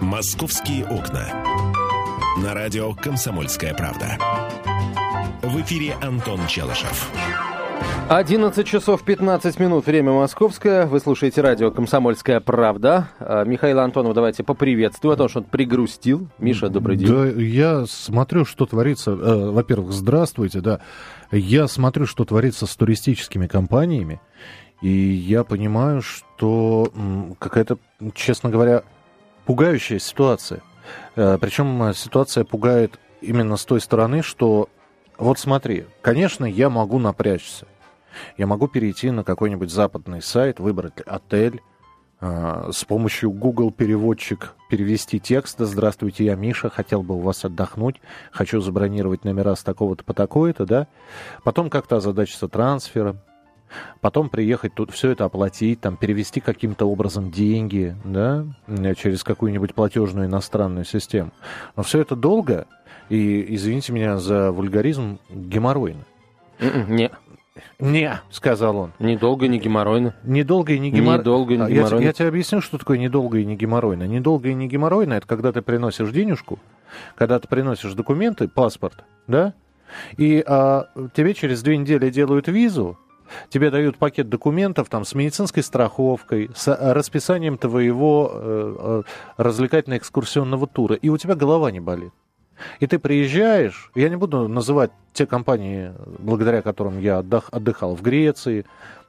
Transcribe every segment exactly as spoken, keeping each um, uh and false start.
«Московские окна». На радио «Комсомольская правда». В эфире Антон Челышев. одиннадцать часов пятнадцать минут, время московское. Вы слушаете радио «Комсомольская правда». Михаил Антонов, давайте поприветствую, а то, что он пригрустил. Миша, добрый день. Да, я смотрю, что творится. Э, во-первых, здравствуйте, да. Я смотрю, что творится с туристическими компаниями, и я понимаю, что м, какая-то, честно говоря, пугающая ситуация. Э, причем ситуация пугает именно с той стороны, что вот смотри, конечно, я могу напрячься. Я могу перейти на какой-нибудь западный сайт, выбрать отель, э, с помощью Google переводчик перевести текст. Здравствуйте, я Миша, хотел бы у вас отдохнуть, хочу забронировать номера с такого-то по такое-то, да. Потом как-то озадачиться трансфером, потом приехать тут, все это оплатить, там, перевести каким-то образом деньги, да, через какую-нибудь платежную иностранную систему. Но все это долго и, извините меня за вульгаризм, геморройно. Не. «Не», — сказал он. Недолго, не геморройно. Недолго и не геморройно. Недолго и не я, геморройно. Я тебе объясню, что такое недолго и не геморройно. Недолго и не геморройно — это когда ты приносишь денежку, когда ты приносишь документы, паспорт, да, и а, тебе через две недели делают визу, тебе дают пакет документов там, с медицинской страховкой, с расписанием твоего э, развлекательно-экскурсионного тура, и у тебя голова не болит. И ты приезжаешь, я не буду называть те компании, благодаря которым я отдых, отдыхал в Греции,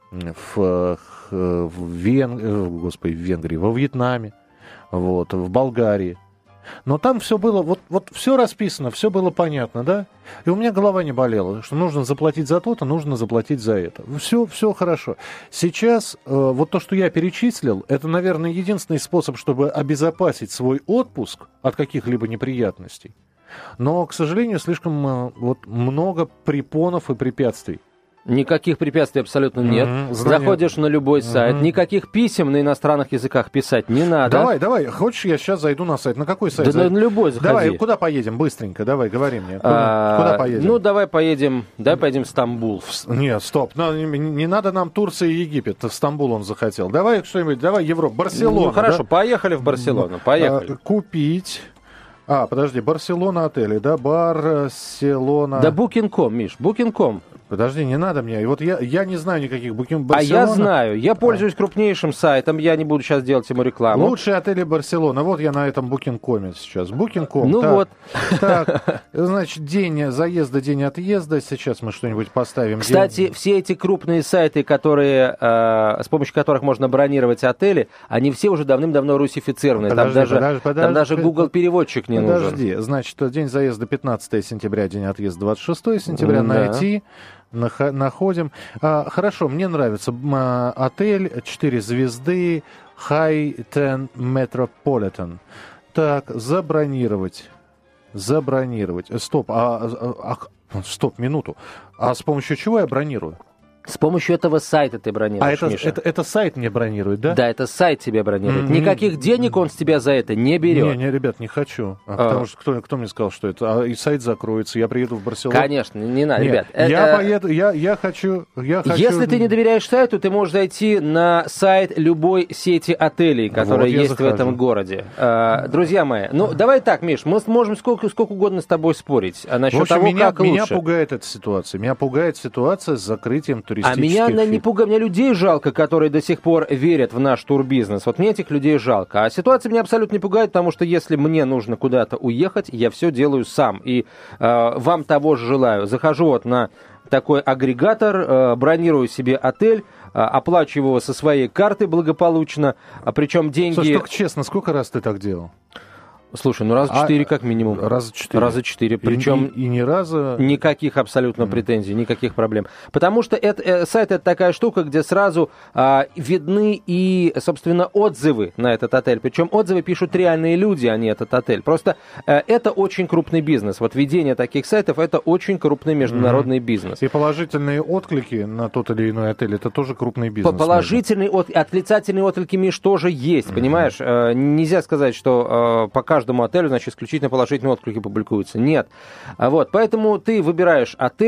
в, в, Вен, господи, в Венгрии, во Вьетнаме, вот, в Болгарии. Но там все было, вот, вот все расписано, все было понятно, да? И у меня голова не болела, что нужно заплатить за то-то, нужно заплатить за это. Все, все хорошо. Сейчас э, вот то, что я перечислил, это, наверное, единственный способ, чтобы обезопасить свой отпуск от каких-либо неприятностей. Но, к сожалению, слишком э, вот, много препонов и препятствий. Никаких препятствий абсолютно нет. Mm-hmm. Заходишь на любой сайт. Mm-hmm. Никаких писем на иностранных языках писать не надо. Давай, давай. Хочешь, я сейчас зайду на сайт? На какой сайт? Да зайду? на любой заходи. Давай, куда поедем? Быстренько, давай, говори мне. Куда, а, куда поедем? Ну, давай поедем, давай поедем в Стамбул. Нет, стоп. Ну, не, не надо нам Турция и Египет. В Стамбул он захотел. Давай что-нибудь, давай Европу. Барселона. Ну, хорошо, да? Поехали в Барселону. Поехали. А, купить... А, подожди, Барселона отели, да? Барселона... Да букинг точка ком, Миш, букинг точка ком. Подожди, не надо мне. И вот я, я не знаю никаких букинг. А я знаю. Я пользуюсь а. крупнейшим сайтом. Я не буду сейчас делать ему рекламу. Лучшие отели Барселона. Вот я на этом букинг точка коме сейчас. букинг точка ком. Ну так, вот. Так, значит, день заезда, день отъезда. Сейчас мы что-нибудь поставим. Кстати, день... все эти крупные сайты, которые, э, с помощью которых можно бронировать отели, они все уже давным-давно русифицированы. Подожди, там, даже, подожди, подожди, там даже Google-переводчик не подожди. нужен. Подожди. Значит, день заезда пятнадцатое сентября, день отъезда двадцать шестое сентября. Да. Найти. Находим. А, хорошо, мне нравится а, отель четыре звезды High-Ten Metropolitan. Так, забронировать. Забронировать. Стоп, а, а, а, стоп, минуту. А с помощью чего я бронирую? С помощью этого сайта ты бронируешь, А это, Миша. это, это сайт мне бронирует, да? Да, это сайт тебе бронирует. Mm-hmm. Никаких денег он с тебя за это не берет. Не, не, ребят, не хочу. А, а. Потому что кто, кто мне сказал, что это? А, и сайт закроется, я приеду в Барселону. Конечно, не надо, Нет, ребят. Я это... поеду, я, я хочу... Я хочу... Если ты не доверяешь сайту, ты можешь зайти на сайт любой сети отелей, которая вот есть захожу. в этом городе. А, друзья мои, ну давай так, Миш, мы можем сколько, сколько угодно с тобой спорить а насчет в общем, того, меня, как меня лучше. пугает эта ситуация. Меня пугает ситуация с закрытием туристических... А меня она не пугает. Меня людей жалко, которые до сих пор верят в наш турбизнес. Вот мне этих людей жалко. А ситуация меня абсолютно не пугает, потому что если мне нужно куда-то уехать, я все делаю сам. И э, вам того же желаю. Захожу вот на такой агрегатор, э, бронирую себе отель, э, оплачиваю его со своей карты благополучно, а причем деньги... Слушай, только честно, сколько раз ты так делал? Слушай, ну раза четыре а, как минимум. Раза четыре. Раза четыре. Причем и, и, и ни разу... Никаких абсолютно mm-hmm. претензий, никаких проблем. Потому что это, э, сайт — это такая штука, где сразу э, видны и, собственно, отзывы на этот отель. Причем отзывы пишут реальные люди, а не этот отель. Просто э, это очень крупный бизнес. Вот ведение таких сайтов — это очень крупный международный mm-hmm. бизнес. И положительные отклики на тот или иной отель — это тоже крупный бизнес. Положительные, от, отрицательные отклики, Миш, тоже есть, mm-hmm. понимаешь? Э, нельзя сказать, что э, пока каждому отелю, значит, исключительно положительные отклики публикуются. Нет. Вот, поэтому ты выбираешь отель,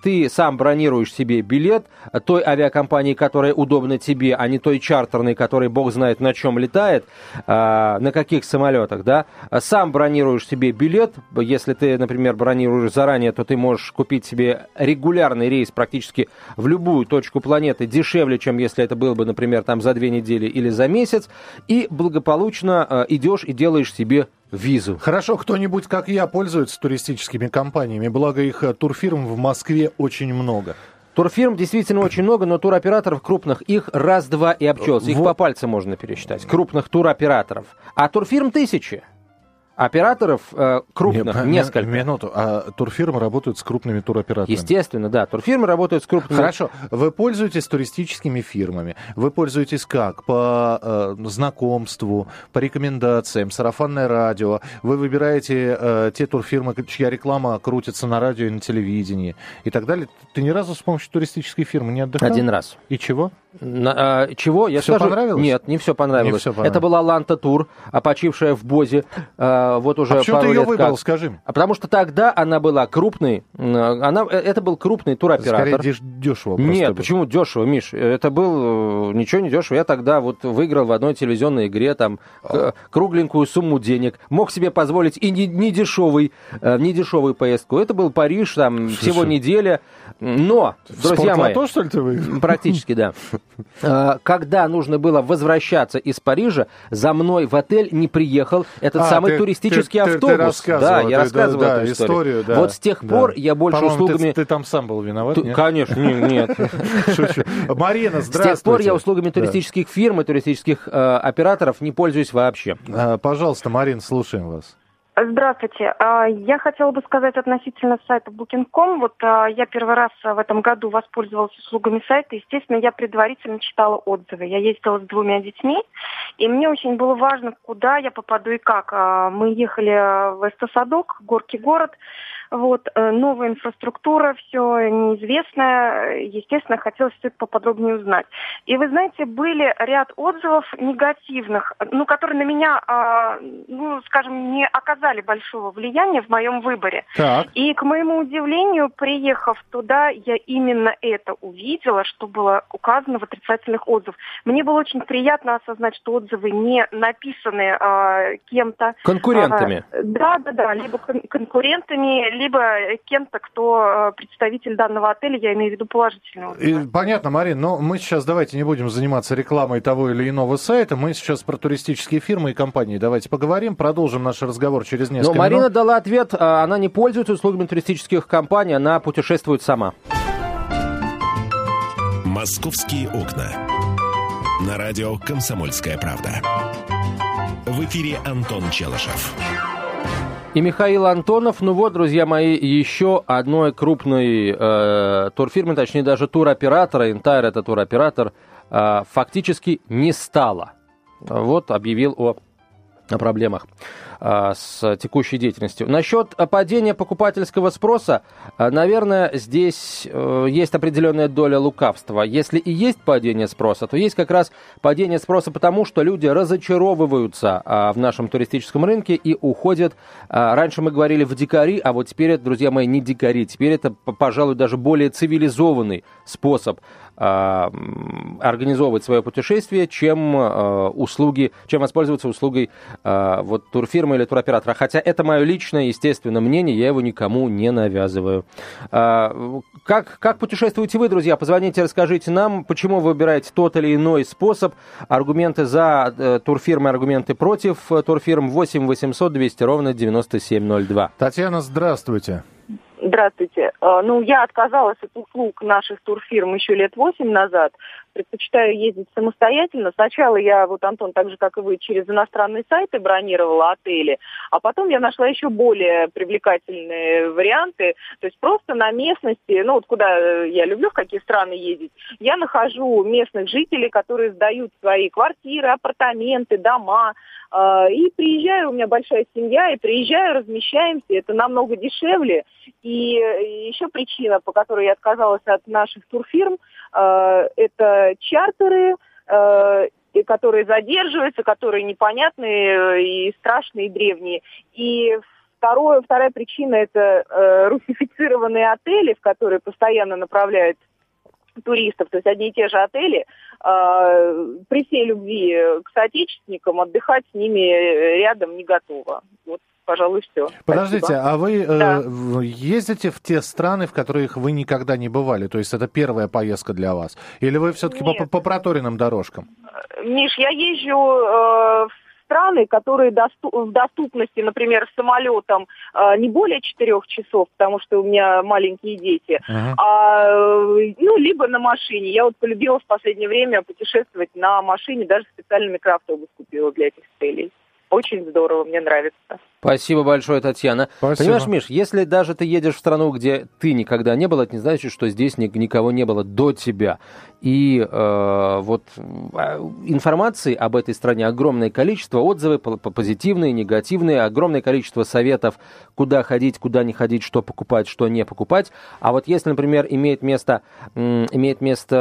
ты сам бронируешь себе билет той авиакомпании, которая удобна тебе, а не той чартерной, которая бог знает на чем летает, на каких самолетах, да, сам бронируешь себе билет, если ты, например, бронируешь заранее, то ты можешь купить себе регулярный рейс практически в любую точку планеты дешевле, чем если это было бы, например, там за две недели или за месяц, и благополучно идешь и делаешь себе визу. Хорошо, кто-нибудь, как я, пользуется туристическими компаниями, благо их турфирм в Москве очень много. Турфирм действительно очень много, но туроператоров крупных, их раз-два и обчелся. Их вот. По пальцам можно пересчитать, крупных туроператоров. А турфирм тысячи. Операторов э, крупных Не, несколько. Минуту. А турфирмы работают с крупными туроператорами? Естественно, да. Турфирмы работают с крупными... Хорошо. Вы пользуетесь туристическими фирмами. Вы пользуетесь как? По э, знакомству, по рекомендациям, сарафанное радио. Вы выбираете э, те турфирмы, чья реклама крутится на радио и на телевидении и так далее. Ты ни разу с помощью туристической фирмы не отдыхал? Один раз. И чего? На, а, чего? Я все скажу... понравилось? Нет, не все понравилось. Не все понравилось. Это была Ланта Тур, почившая в Бозе. А, вот уже а почему пару ты ее лет выбрал, как. скажи мне? А потому что тогда она была крупной. Она, это был крупный туроператор. Скорее дешево. Нет, было. Почему дешево, Миш? Это был ничего не дешево. Я тогда вот выиграл в одной телевизионной игре там а. кругленькую сумму денег. Мог себе позволить и не, не, дешевый, не дешевую поездку. Это был Париж, там Слушай. всего неделя. Но, друзья мои... Спортлото, что ли, ты выиграл? Практически, да. Когда нужно было возвращаться из Парижа, за мной в отель не приехал этот а, самый ты, туристический ты, автобус. Ты, ты да, я ты, рассказывал да, эту историю. историю. Да, вот с тех да. пор я больше По-моему, услугами... Ты, ты там сам был виноват, Ты, нет? Конечно, нет. Шучу. Марина, здравствуйте. С тех пор я услугами туристических фирм и туристических операторов не пользуюсь вообще. Пожалуйста, Марин, слушаем вас. Здравствуйте. Я хотела бы сказать относительно сайта букинг точка ком. Вот я первый раз в этом году воспользовалась услугами сайта. Естественно, я предварительно читала отзывы. Я ездила с двумя детьми, и мне очень было важно, куда я попаду и как. Мы ехали в Эстосадок, горки город. Вот, новая инфраструктура, все неизвестное. Естественно, хотелось все это поподробнее узнать. И вы знаете, были ряд отзывов негативных, ну, которые на меня, ну, скажем, не оказали большого влияния в моем выборе. Так. И, к моему удивлению, приехав туда, я именно это увидела, что было указано в отрицательных отзывах. Мне было очень приятно осознать, что отзывы не написаны а, кем-то. Конкурентами. А, да, да, да, либо кон- конкурентами, либо кем-то, кто представитель данного отеля, я имею в виду положительного. И, понятно, Марин, но мы сейчас давайте не будем заниматься рекламой того или иного сайта, мы сейчас про туристические фирмы и компании давайте поговорим, продолжим наш разговор через несколько минут. Но Марина дала ответ, она не пользуется услугами туристических компаний, она путешествует сама. «Московские окна». На радио «Комсомольская правда». В эфире Антон Челышев. И Михаил Антонов. Ну вот, друзья мои, еще одной крупной э, турфирмы, точнее даже туроператора, Entire это туроператор, э, фактически не стало. Вот объявил о, о проблемах э, с текущей деятельностью. Насчет падения покупательского спроса, э, наверное, здесь э, есть определенная доля лукавства. Если и есть падение спроса, то есть как раз падение спроса потому, что люди разочаровываются э, в нашем туристическом рынке и уходят. Э, раньше мы говорили в дикари, а вот теперь это, друзья мои, не дикари. Теперь это, пожалуй, даже более цивилизованный способ организовывать свое путешествие, чем э, услуги, чем воспользоваться услугой э, вот, турфирмы или туроператора. Хотя это мое личное, естественно, мнение, я его никому не навязываю. Э, как, как путешествуете вы, друзья? Позвоните, расскажите нам, почему вы выбираете тот или иной способ. Аргументы за э, турфирмы, аргументы против турфирм. Восемь восемьсот двести ровно девяносто семь ноль два. Татьяна, здравствуйте. Здравствуйте. Ну, я отказалась от услуг наших турфирм еще лет восемь назад. Предпочитаю ездить самостоятельно. Сначала я, вот, Антон, так же, как и вы, через иностранные сайты бронировала отели, а потом я нашла еще более привлекательные варианты. То есть просто на местности, ну, вот куда я люблю, в какие страны ездить, я нахожу местных жителей, которые сдают свои квартиры, апартаменты, дома, и приезжаю, у меня большая семья, и приезжаю, размещаемся, это намного дешевле. И еще причина, по которой я отказалась от наших турфирм, это чартеры, которые задерживаются, которые непонятные и страшные, и древние. И Второе, вторая причина – это э, русифицированные отели, в которые постоянно направляют туристов, то есть одни и те же отели, э, при всей любви к соотечественникам отдыхать с ними рядом не готова. Вот, пожалуй, все. Подождите, Спасибо. а вы да. э, ездите в те страны, в которых вы никогда не бывали? То есть это первая поездка для вас? Или вы все-таки по, по проторенным дорожкам? Миш, я езжу э, в страны, которые доступ, в доступности, например, с самолетом э, не более четырех часов, потому что у меня маленькие дети, uh-huh. а, ну, либо на машине. Я вот полюбила в последнее время путешествовать на машине, даже специально микроавтобус купила для этих целей. Очень здорово, мне нравится. Спасибо большое, Татьяна. Спасибо. Понимаешь, Миш, если даже ты едешь в страну, где ты никогда не был, это не значит, что здесь ни, никого не было до тебя. И э, вот информации об этой стране огромное количество, отзывы позитивные, негативные, огромное количество советов, куда ходить, куда не ходить, что покупать, что не покупать. А вот если, например, имеет место, имеет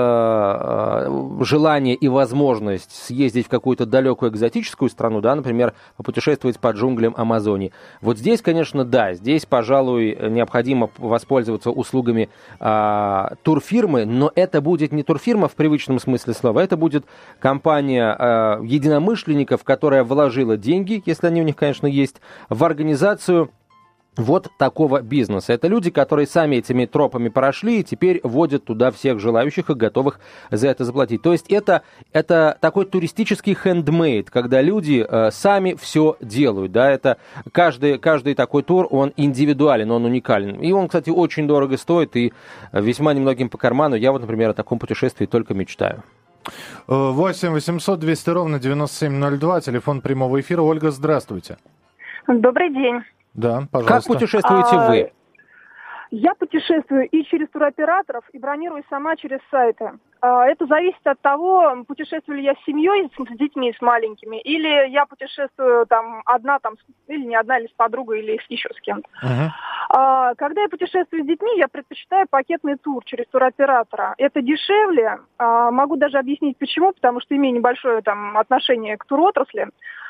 место э, желание и возможность съездить в какую-то далекую экзотическую страну, да, например, попутешествовать по джунглям Амазонии. Вот здесь, конечно, да, здесь, пожалуй, необходимо воспользоваться услугами э, турфирмы, но это будет не турфирма в привычном смысле слова, это будет компания э, единомышленников, которая вложила деньги, если они у них, конечно, есть, в организацию вот такого бизнеса. Это люди, которые сами этими тропами прошли и теперь водят туда всех желающих и готовых за это заплатить. То есть это, это такой туристический хендмейд, когда люди э, сами все делают. Да? Это каждый, каждый такой тур, он индивидуален, он уникален. И он, кстати, очень дорого стоит и весьма немногим по карману. Я вот, например, о таком путешествии только мечтаю. восемь восемьсот двести ровно девяносто семь ноль два, телефон прямого эфира. Ольга, здравствуйте. Добрый день. Да, пожалуйста. Как путешествуете а, вы? Я путешествую и через туроператоров, и бронирую сама через сайты. Это зависит от того, путешествую ли я с семьей, с детьми, с маленькими, или я путешествую там одна, там, или не одна, или с подругой, или еще с кем-то. Uh-huh. Когда я путешествую с детьми, я предпочитаю пакетный тур через туроператора. Это дешевле. Могу даже объяснить почему, потому что имею небольшое там отношение к туротрасли.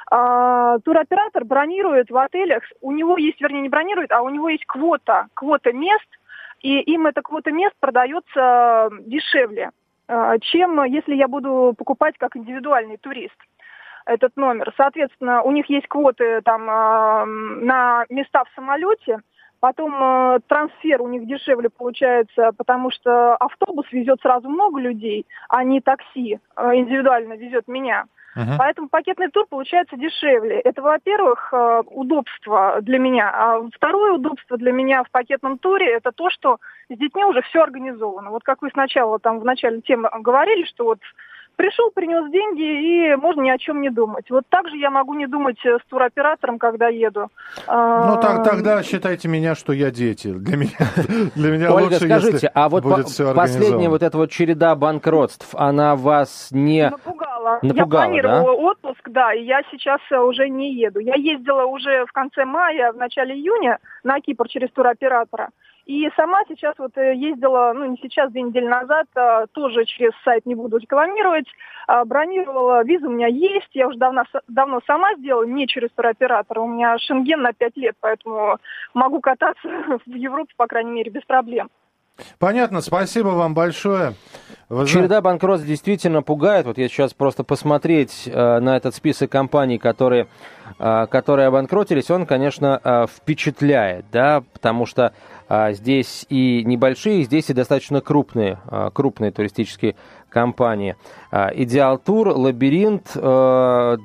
Uh, туроператор бронирует в отелях, у него есть, вернее, не бронирует, а у него есть квота, квота мест, и им эта квота мест продается дешевле, uh, чем если я буду покупать как индивидуальный турист этот номер. Соответственно, у них есть квоты там uh, на места в самолете, потом uh, трансфер у них дешевле получается, потому что автобус везет сразу много людей, а не такси uh, индивидуально везет меня. Uh-huh. Поэтому пакетный тур получается дешевле. Это, во-первых, удобство для меня. А второе удобство для меня в пакетном туре – это то, что с детьми уже все организовано. Вот как вы сначала там в начале темы говорили, что вот пришел, принес деньги, и можно ни о чем не думать. Вот так же я могу не думать с туроператором, когда еду. Ну, так, тогда считайте меня, что я дети. Для меня, для меня Ольга, лучше, скажите, а вот по- последняя вот эта вот череда банкротств, она вас не напугала? напугала, я планировала да? отпуск, да, и я сейчас уже не еду. Я ездила уже в конце мая, в начале июня на Кипр через туроператора. И сама сейчас вот ездила, ну не сейчас, две недели назад, тоже через сайт, не буду рекламировать, бронировала, виза у меня есть, я уже давно, давно сама сделала, не через туроператора, у меня шенген на пять лет, поэтому могу кататься в Европе, по крайней мере, без проблем. Понятно, спасибо вам большое. Вы Череда банкротств действительно пугает. Вот я сейчас просто посмотреть э, на этот список компаний, которые, э, которые обанкротились, он, конечно, э, впечатляет, да, потому что э, здесь и небольшие, здесь и достаточно крупные, э, крупные туристические компании. Э, Идеал Тур, Лабиринт, э,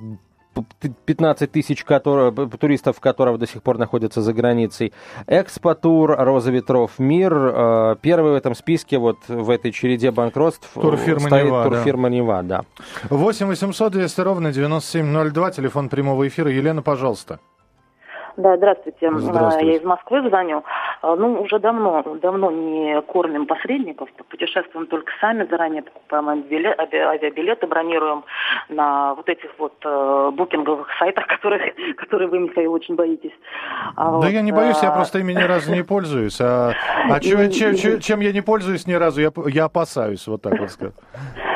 пятнадцать тысяч которых, туристов, которых до сих пор находятся за границей. Экспотур, Роза ветров, Мир. Э, первый в этом списке, вот в этой череде банкротств, турфирма стоит Нева, турфирма Нева, да. восемь восемьсот двести ровно девяносто семь ноль два, телефон прямого эфира. Елена, пожалуйста. Да, здравствуйте. Здравствуйте. Я из Москвы звоню. Ну, уже давно, давно не кормим посредников, путешествуем только сами, заранее покупаем авиабилеты, бронируем на вот этих вот э, букинговых сайтах, которые, которые вы, Михаил, очень боитесь. А да вот, я не боюсь, а... я просто ими ни разу не пользуюсь. А, а чем, чем, чем я не пользуюсь ни разу, я, я опасаюсь, вот так вот сказать.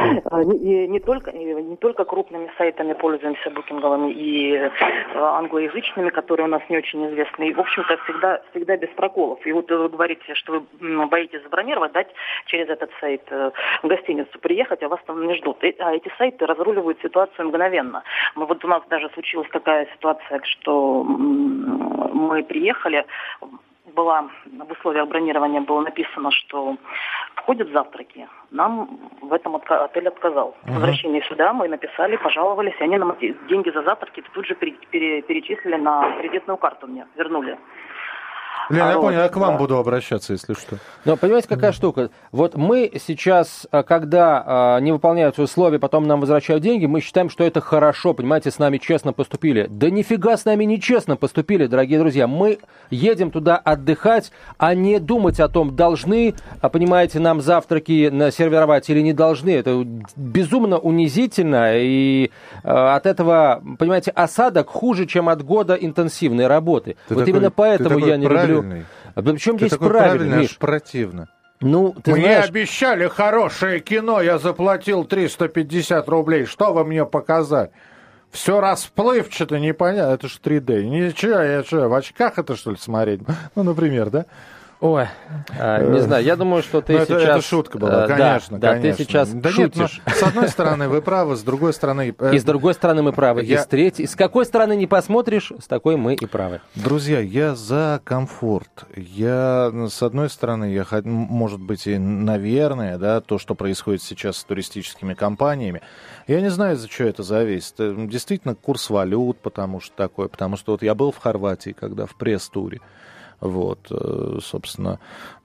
Не, не, только, не только крупными сайтами пользуемся букинговыми и англоязычными, которые у нас не очень известны. И, в общем-то, всегда, всегда без проколов. И вот вы говорите, что вы боитесь забронировать, дать через этот сайт в гостиницу приехать, а вас там не ждут. А эти сайты разруливают ситуацию мгновенно. Мы, вот у нас даже случилась такая ситуация, что мы приехали, была в условиях бронирования было написано, что входят завтраки. Нам в этом отка- отель отказал. В возвращении сюда мы написали, пожаловались, и они нам эти деньги за завтраки тут же пере- пере- перечислили на кредитную карту мне, вернули. Лена, а я вот, понял, я к вам да. буду обращаться, если что. Но понимаете, какая штука? Вот мы сейчас, когда не выполняются условия, потом нам возвращают деньги, мы считаем, что это хорошо, понимаете, с нами честно поступили. Да нифига с нами нечестно поступили, дорогие друзья. Мы едем туда отдыхать, а не думать о том, должны, понимаете, нам завтраки сервировать или не должны. Это безумно унизительно, и от этого, понимаете, осадок хуже, чем от года интенсивной работы. Ты вот такой, именно поэтому я не люблю... Причем Ты здесь такой правильно, правильный, Миш? аж противно. Ну, ты Мне знаешь... обещали хорошее кино, я заплатил триста пятьдесят рублей. Что вы мне показали? Все расплывчато, непонятно. Это же три дэ. Ничего, я что, в очках это что ли смотреть? Ну, например, да? Ой, а, не знаю, я думаю, что ты ну, сейчас... Это, это шутка была, а, конечно, да, конечно. Да, ты сейчас да шутишь. Нет, ну, с одной стороны вы правы, с другой стороны... И с другой стороны мы правы, я... и с третьей. С какой стороны не посмотришь, с такой мы и правы. Друзья, я за комфорт. Я, с одной стороны, я, может быть, и, наверное, да, то, что происходит сейчас с туристическими компаниями, я не знаю, из-за чего это зависит. Действительно, курс валют, потому что такое, потому что вот я был в Хорватии, когда в пресс-туре. Вот, собственно,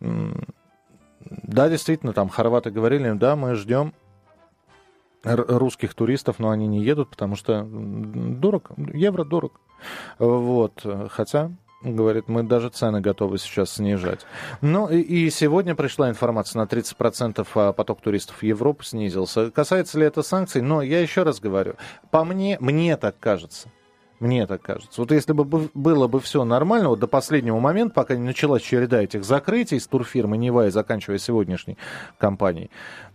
да, действительно, там хорваты говорили, да, мы ждем русских туристов, но они не едут, потому что дорого, евро дорого. Вот, хотя, говорит, мы даже цены готовы сейчас снижать. Ну, и, и сегодня пришла информация, на тридцать процентов поток туристов в Европу снизился. Касается ли это санкций? Но я еще раз говорю, по мне, мне так кажется. Мне так кажется. Вот если бы было бы все нормально, вот до последнего момента, пока не началась череда этих закрытий с турфирмы Нева и заканчивая сегодняшней компанией,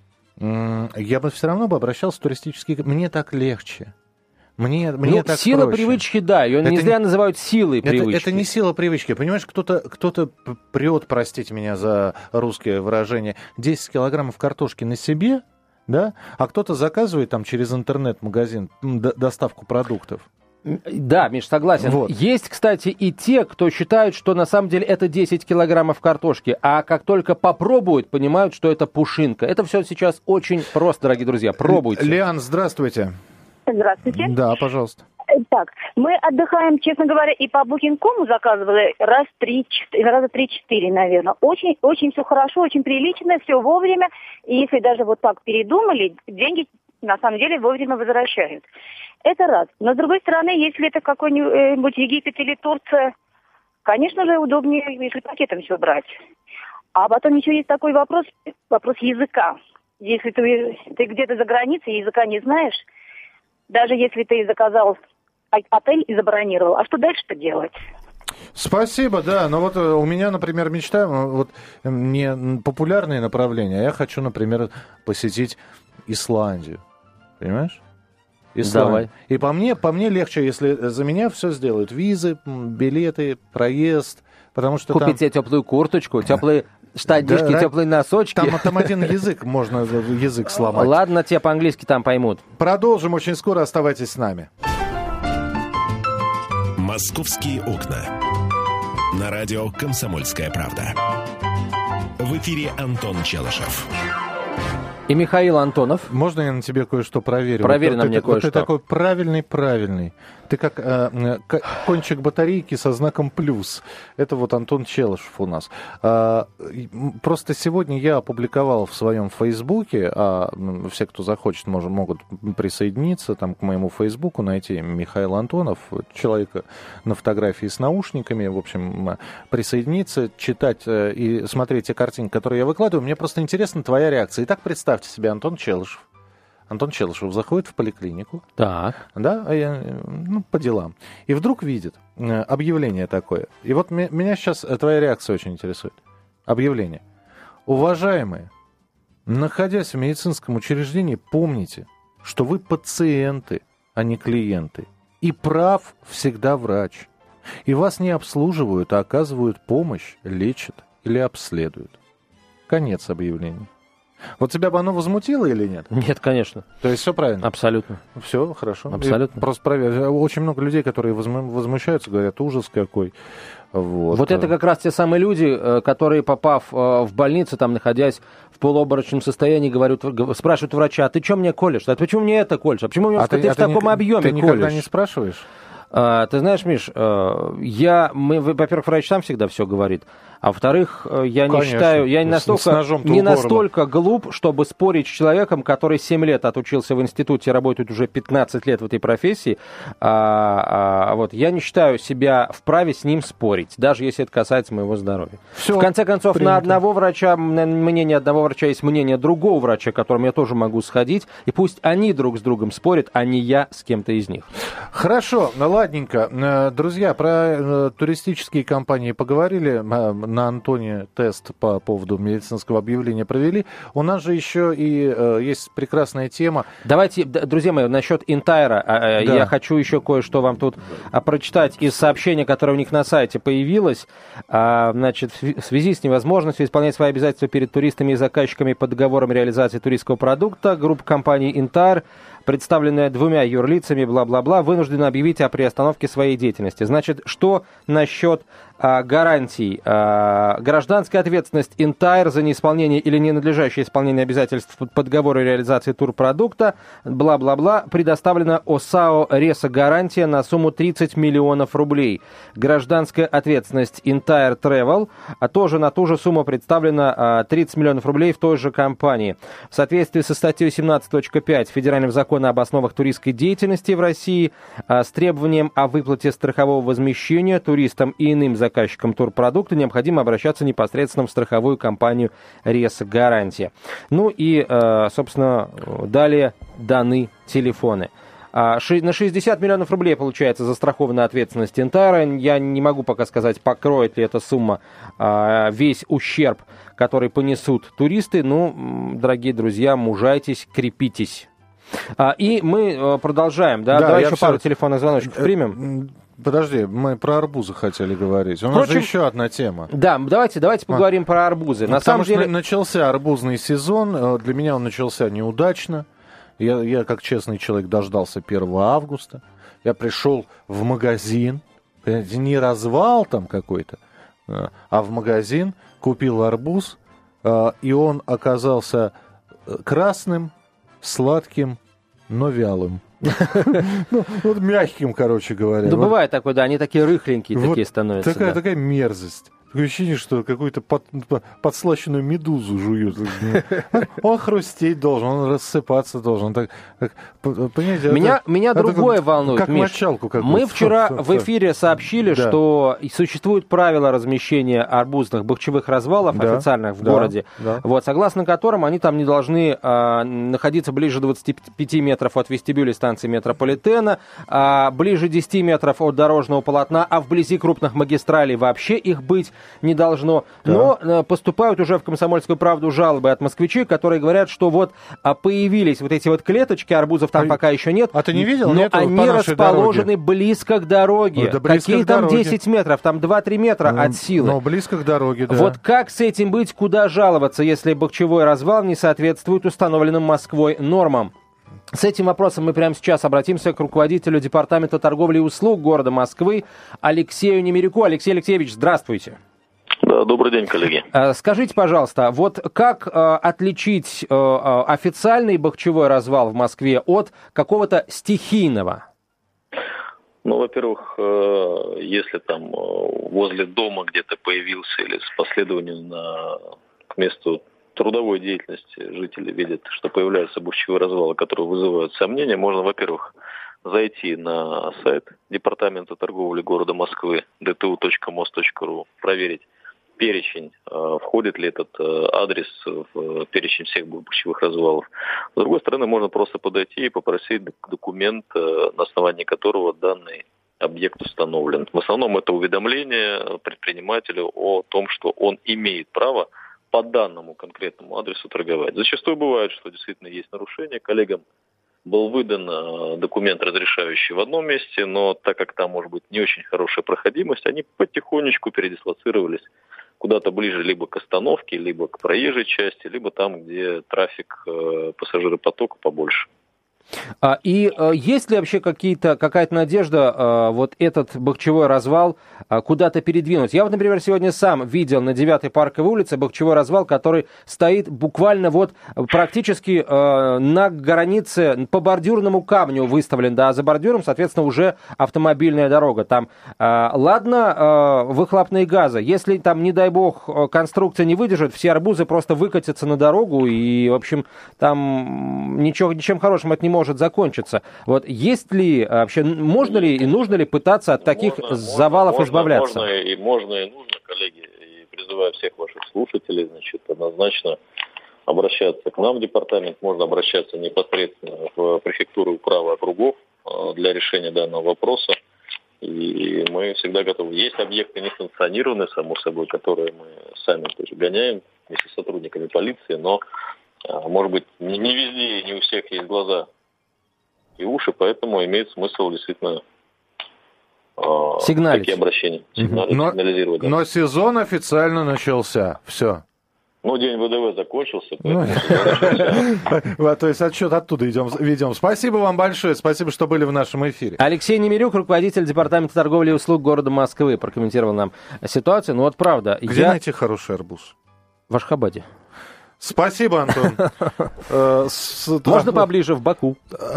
я бы все равно бы обращался в туристические... Мне так легче. Мне, мне ну, так сила проще. привычки, да, ее не зря называют силой это, привычки. Это не сила привычки. Понимаешь, кто-то, кто-то прет, простите меня за русское выражение, десять килограммов картошки на себе, да, а кто-то заказывает там через интернет-магазин доставку продуктов. Да, Миш, согласен. Вот. Есть, кстати, и те, кто считают, что на самом деле это десять килограммов картошки, а как только попробуют, понимают, что это пушинка. Это все сейчас очень просто, дорогие друзья. Пробуйте. Лиан, здравствуйте. Здравствуйте. Да, пожалуйста. Так, мы отдыхаем, честно говоря, и по букинг точка ком заказывали раз три, раза три-четыре, наверное. Очень, очень все хорошо, очень прилично, все вовремя. И если даже вот так передумали, деньги на самом деле вовремя возвращают. Это раз. Но с другой стороны, если это какой-нибудь Египет или Турция, конечно же, удобнее, если пакетом все брать. А потом еще есть такой вопрос, вопрос языка. Если ты, ты где-то за границей, языка не знаешь, даже если ты заказал отель и забронировал, а что дальше-то делать? Спасибо, да. Но вот у меня, например, мечта, вот не популярные направления, а я хочу, например, посетить Исландию. Понимаешь? Исландию. Давай. И по мне, по мне легче, если за меня все сделают. Визы, билеты, проезд. Потому что Купить там... себе теплую курточку, теплые штанишки, да, теплые носочки. Там, там один язык, можно язык сломать. Ладно, те по-английски там поймут. Продолжим очень скоро, оставайтесь с нами. «Московские окна». На радио «Комсомольская правда». В эфире Антон Челышев. И Михаил Антонов. Можно я на тебе кое-что проверю? Проверь вот на ты, мне вот кое-что. Ты такой правильный-правильный. Ты как э, э, кончик батарейки со знаком плюс. Это вот Антон Челышев у нас. А, просто сегодня я опубликовал в своем Фейсбуке, а все, кто захочет, может, могут присоединиться там, к моему Фейсбуку, найти Михаил Антонов, человека на фотографии с наушниками, в общем, присоединиться, читать и смотреть те картинки, которые я выкладываю. Мне просто интересна твоя реакция. Итак, представьте себе, Антон Челышев. Антон Челышев заходит в поликлинику, Так. да, ну, по делам, и вдруг видит объявление такое. И вот меня сейчас твоя реакция очень интересует. Объявление. Уважаемые, Находясь в медицинском учреждении, помните, что вы пациенты, а не клиенты. И прав всегда врач. И вас не обслуживают, а оказывают помощь, лечат или обследуют. Конец объявления. Вот тебя бы оно возмутило или нет? Нет, конечно. То есть все правильно? Абсолютно. Все хорошо. Абсолютно. И просто проверь. Очень много людей, которые возмущаются, говорят, ужас какой. Вот. Вот это как раз те самые люди, которые, попав в больницу, там, находясь в полуобморочном состоянии, говорят, спрашивают врача: а ты что мне колешь? А почему мне это колешь? А почему мне, а ты, ты а в таком не, объеме ты колешь? Ты никогда не спрашиваешь? А, ты знаешь, Миш, я, мы, во-первых, врач сам всегда все говорит, а во-вторых, я не Конечно. считаю, я не настолько, не настолько глуп, чтобы спорить с человеком, который семь лет отучился в институте и работает уже пятнадцать лет в этой профессии. А, а, вот, я не считаю себя вправе с ним спорить, даже если это касается моего здоровья. Все, в конце концов, принято. На одного врача, на мнение одного врача есть мнение другого врача, к которому я тоже могу сходить, и пусть они друг с другом спорят, а не я с кем-то из них. Хорошо, ну ладненько. Друзья, про туристические компании поговорили. На Антоне тест по поводу медицинского объявления провели. У нас же еще и э, есть прекрасная тема. Давайте, друзья мои, насчет Интайра. Да. Я хочу еще кое-что вам тут прочитать из сообщения, которое у них на сайте появилось. Значит, в связи с невозможностью исполнять свои обязательства перед туристами и заказчиками по договорам реализации туристского продукта, группа компаний Интайр, представленная двумя юрлицами, бла-бла-бла, вынуждена объявить о приостановке своей деятельности. Значит, что насчет а, гарантий? А, гражданская ответственность Интайр за неисполнение или ненадлежащее исполнение обязательств по договору реализации турпродукта, бла-бла-бла, предоставлена ОСАО «Реса гарантия» на сумму тридцать миллионов рублей. Гражданская ответственность Интайр Travel, а тоже на ту же сумму представлена а, тридцать миллионов рублей в той же компании. В соответствии со статьей семнадцать точка пять Федерального закона об основах туристской деятельности в России с требованием о выплате страхового возмещения туристам и иным заказчикам турпродукта необходимо обращаться непосредственно в страховую компанию «Реса Гарантия». Ну и, собственно, далее даны телефоны. На шестьдесят миллионов рублей получается застрахованная ответственность Интайра. Я не могу пока сказать, покроет ли эта сумма весь ущерб, который понесут туристы. Ну, дорогие друзья, мужайтесь, крепитесь. А, и мы продолжаем, да? да Давай еще все... пару телефонных звоночков примем. Подожди, мы про арбузы хотели говорить. У нас Впрочем, же еще одна тема. Да, давайте, давайте поговорим а. про арбузы. На Потому самом деле... начался арбузный сезон. Для меня он начался неудачно. Я, я, как честный человек, дождался первого августа. Я пришел в магазин. Не развал там какой-то, а в магазин, купил арбуз. И он оказался красным, сладким, но вялым. Ну, вот мягким, короче говоря. Да бывает такое, да, они такие рыхленькие такие становятся. Такая мерзость. Такое ощущение, что какую-то под, подслащенную медузу жуют. Он хрустеть должен, он рассыпаться должен. Так, как, понимаете, меня это, меня это другое как, волнует, как Миш. Мочалку какую-то. Мы вчера в эфире сообщили, да. что существуют правила размещения арбузных бахчевых развалов да. официальных в да. городе, да. Вот, согласно которым они там не должны а, находиться ближе двадцати пяти метров от вестибюля станции метрополитена, а, ближе десяти метров от дорожного полотна, а вблизи крупных магистралей вообще их быть не должно. Но да. поступают уже в «Комсомольскую правду» жалобы от москвичей, которые говорят, что вот появились вот эти вот клеточки, арбузов там а, пока еще нет. А ты не видел? Но Нет, они расположены дороге. близко к дороге. Ну, да, Какие там дороге. десять метров? Там два-три метра ну, от силы. Но близко к дороге, да. Вот как с этим быть, куда жаловаться, если бахчевой развал не соответствует установленным Москвой нормам? С этим вопросом мы прямо сейчас обратимся к руководителю Департамента торговли и услуг города Москвы Алексею Немиряку. Алексей Алексеевич, здравствуйте. Да, добрый день, коллеги. Скажите, пожалуйста, вот как э, отличить э, официальный бахчевой развал в Москве от какого-то стихийного? Ну, во-первых, э, если там э, возле дома где-то появился или с последованием на, к месту трудовой деятельности жители видят, что появляются бахчевые развалы, которые вызывают сомнения, можно, во-первых, зайти на сайт Департамента торговли города Москвы ди ти у точка мос точка ру, проверить перечень, входит ли этот адрес в перечень всех бахчевых развалов. С другой стороны, можно просто подойти и попросить документ, на основании которого данный объект установлен. В основном это уведомление предпринимателю о том, что он имеет право по данному конкретному адресу торговать. Зачастую бывает, что действительно есть нарушения. Коллегам был выдан документ, разрешающий в одном месте, но так как там может быть не очень хорошая проходимость, они потихонечку передислоцировались куда-то ближе либо к остановке, либо к проезжей части, либо там, где трафик, пассажиропотока побольше. И есть ли вообще какие-то, какая-то надежда вот этот бахчевой развал куда-то передвинуть? Я вот, например, сегодня сам видел на девятой Парковой улице бахчевой развал, который стоит буквально вот практически на границе, по бордюрному камню выставлен, да, а за бордюром, соответственно, уже автомобильная дорога. Там, ладно, выхлопные газы, если там, не дай бог, конструкция не выдержит, все арбузы просто выкатятся на дорогу, и, в общем, там ничего, ничем хорошим это не может закончиться. Вот есть ли вообще, можно ли и нужно ли пытаться от таких можно, завалов можно, избавляться? Можно и, можно и нужно, коллеги, и призываю всех ваших слушателей, значит, однозначно обращаться к нам в департамент, можно обращаться непосредственно в префектуру управы округов для решения данного вопроса. И мы всегда готовы. Есть объекты несанкционированные, само собой, которые мы сами тоже гоняем вместе с сотрудниками полиции, но, может быть, не, не везде и не у всех есть глаза и уши, поэтому имеет смысл действительно э, такие обращения сигнали, но, сигнализировать. Да. Но сезон официально начался. Все. Ну, день ВДВ закончился. Ну, то есть отсчет оттуда ведем. Спасибо вам большое. Спасибо, что были в нашем эфире. Алексей Немирюк, руководитель департамента торговли и услуг города Москвы, прокомментировал нам ситуацию. Ну вот правда. Где я... найти хороший арбуз? В Ашхабаде. Спасибо, Антон. Можно поближе, в Баку.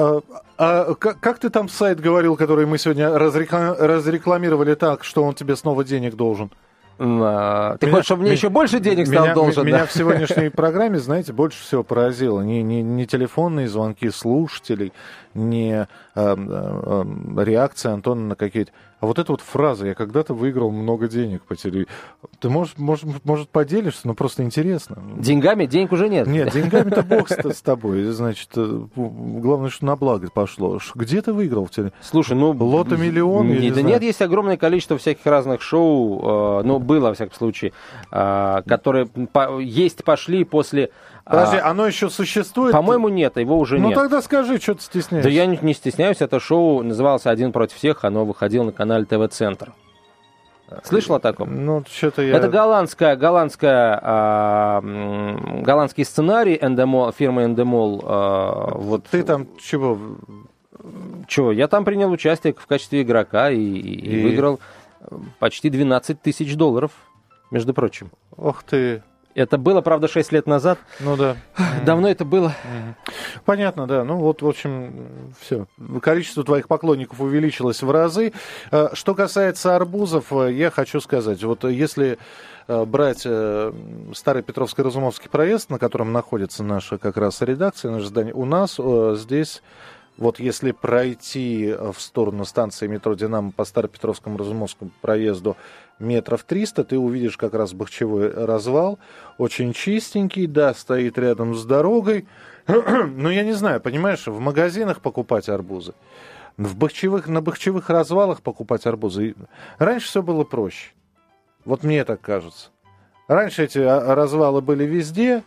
А как ты там сайт говорил, который мы сегодня разрекламировали так, что он тебе снова денег должен? Ты меня, хочешь, чтобы мне еще больше денег стал меня, должен? Меня да? в сегодняшней программе, знаете, больше всего поразило. Не, не, не телефонные звонки слушателей, не э, э, реакция Антона на какие-то... А вот эта вот фраза: «Я когда-то выиграл много денег по телевизору». Ты, может, может, может, поделишься? Ну, просто интересно. Деньгами? Денег уже нет. Нет, деньгами-то бог с тобой. Значит, главное, что на благо пошло. Где ты выиграл в телевизоре? Слушай, ну... Лото-миллион? Нет, да нет, есть огромное количество всяких разных шоу, ну, было, во всяком случае, которые есть, пошли после... Подожди, оно еще существует? По-моему, нет, его уже ну, нет. Ну тогда скажи, что ты стесняешься. Да я не, не стесняюсь, это шоу называлось «Один против всех», оно выходило на канале ТВ-центр. Слышал о таком? Ну, что-то я... Это голландская, голландская, а, голландский сценарий Эндемол, фирмы Эндемол. А, вот. Ты там чего? Чего? Я там принял участие в качестве игрока и, и... и выиграл почти двенадцать тысяч долларов, между прочим. Ох ты... Это было, правда, шесть лет назад. Ну да. Давно это было. Понятно, да. Ну вот, в общем, все. Количество твоих поклонников увеличилось в разы. Что касается арбузов, я хочу сказать, вот если брать старый Петровско-Разумовский проезд, на котором находится наша как раз редакция, наше здание, у нас здесь... Вот если пройти в сторону станции метро «Динамо» по Старопетровскому Разумовскому проезду метров триста, ты увидишь как раз бахчевой развал. Очень чистенький, да, стоит рядом с дорогой. Но я не знаю, понимаешь, в магазинах покупать арбузы, в бахчевых, на бахчевых развалах покупать арбузы. Раньше все было проще. Вот мне так кажется. Раньше эти развалы были везде.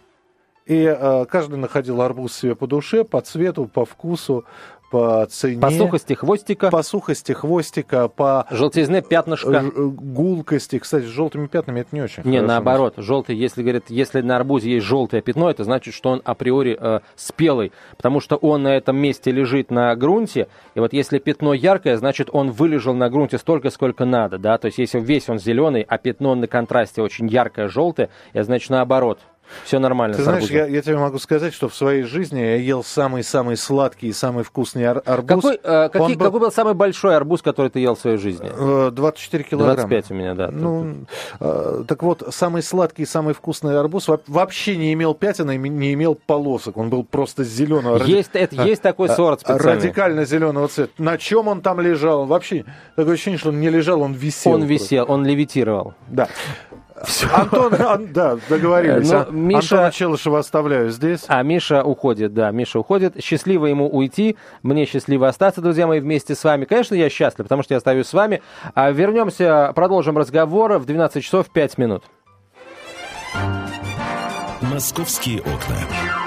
И э, каждый находил арбуз себе по душе, по цвету, по вкусу, по цене. По сухости хвостика. По сухости хвостика, по... Желтизне пятнышка. Гулкости. Кстати, с желтыми пятнами это не очень Не, хорошо. наоборот. Желтый, если, говорят, если на арбузе есть желтое пятно, это значит, что он априори э, спелый. Потому что он на этом месте лежит на грунте. И вот если пятно яркое, значит, он вылежал на грунте столько, сколько надо. Да? То есть, если весь он зеленый, а пятно на контрасте очень яркое желтое, это значит наоборот. Все нормально. Ты знаешь, я, я тебе могу сказать, что в своей жизни я ел самый-самый сладкий и самый вкусный ар- арбуз. Какой, э, какие, был... какой был самый большой арбуз, который ты ел в своей жизни? двадцать четыре килограмма. двадцать пять у меня, да. Ну, э, так вот, самый сладкий и самый вкусный арбуз вообще не имел пятен и не имел полосок. Он был просто зеленого. Есть, ради... это, есть такой сорт специальный. Радикально зеленого цвета. На чем он там лежал? Вообще, такое ощущение, что он не лежал, он висел. Он висел, он левитировал. Да. Все. Антон, ан, да, договорились. Но, Миша... Антона Челышева оставляю здесь. А Миша уходит, да, Миша уходит. Счастливо ему уйти, мне счастливо остаться, друзья мои, вместе с вами. Конечно, я счастлив, потому что я остаюсь с вами. А вернемся, продолжим разговор в двенадцать часов пять минут. «Московские окна».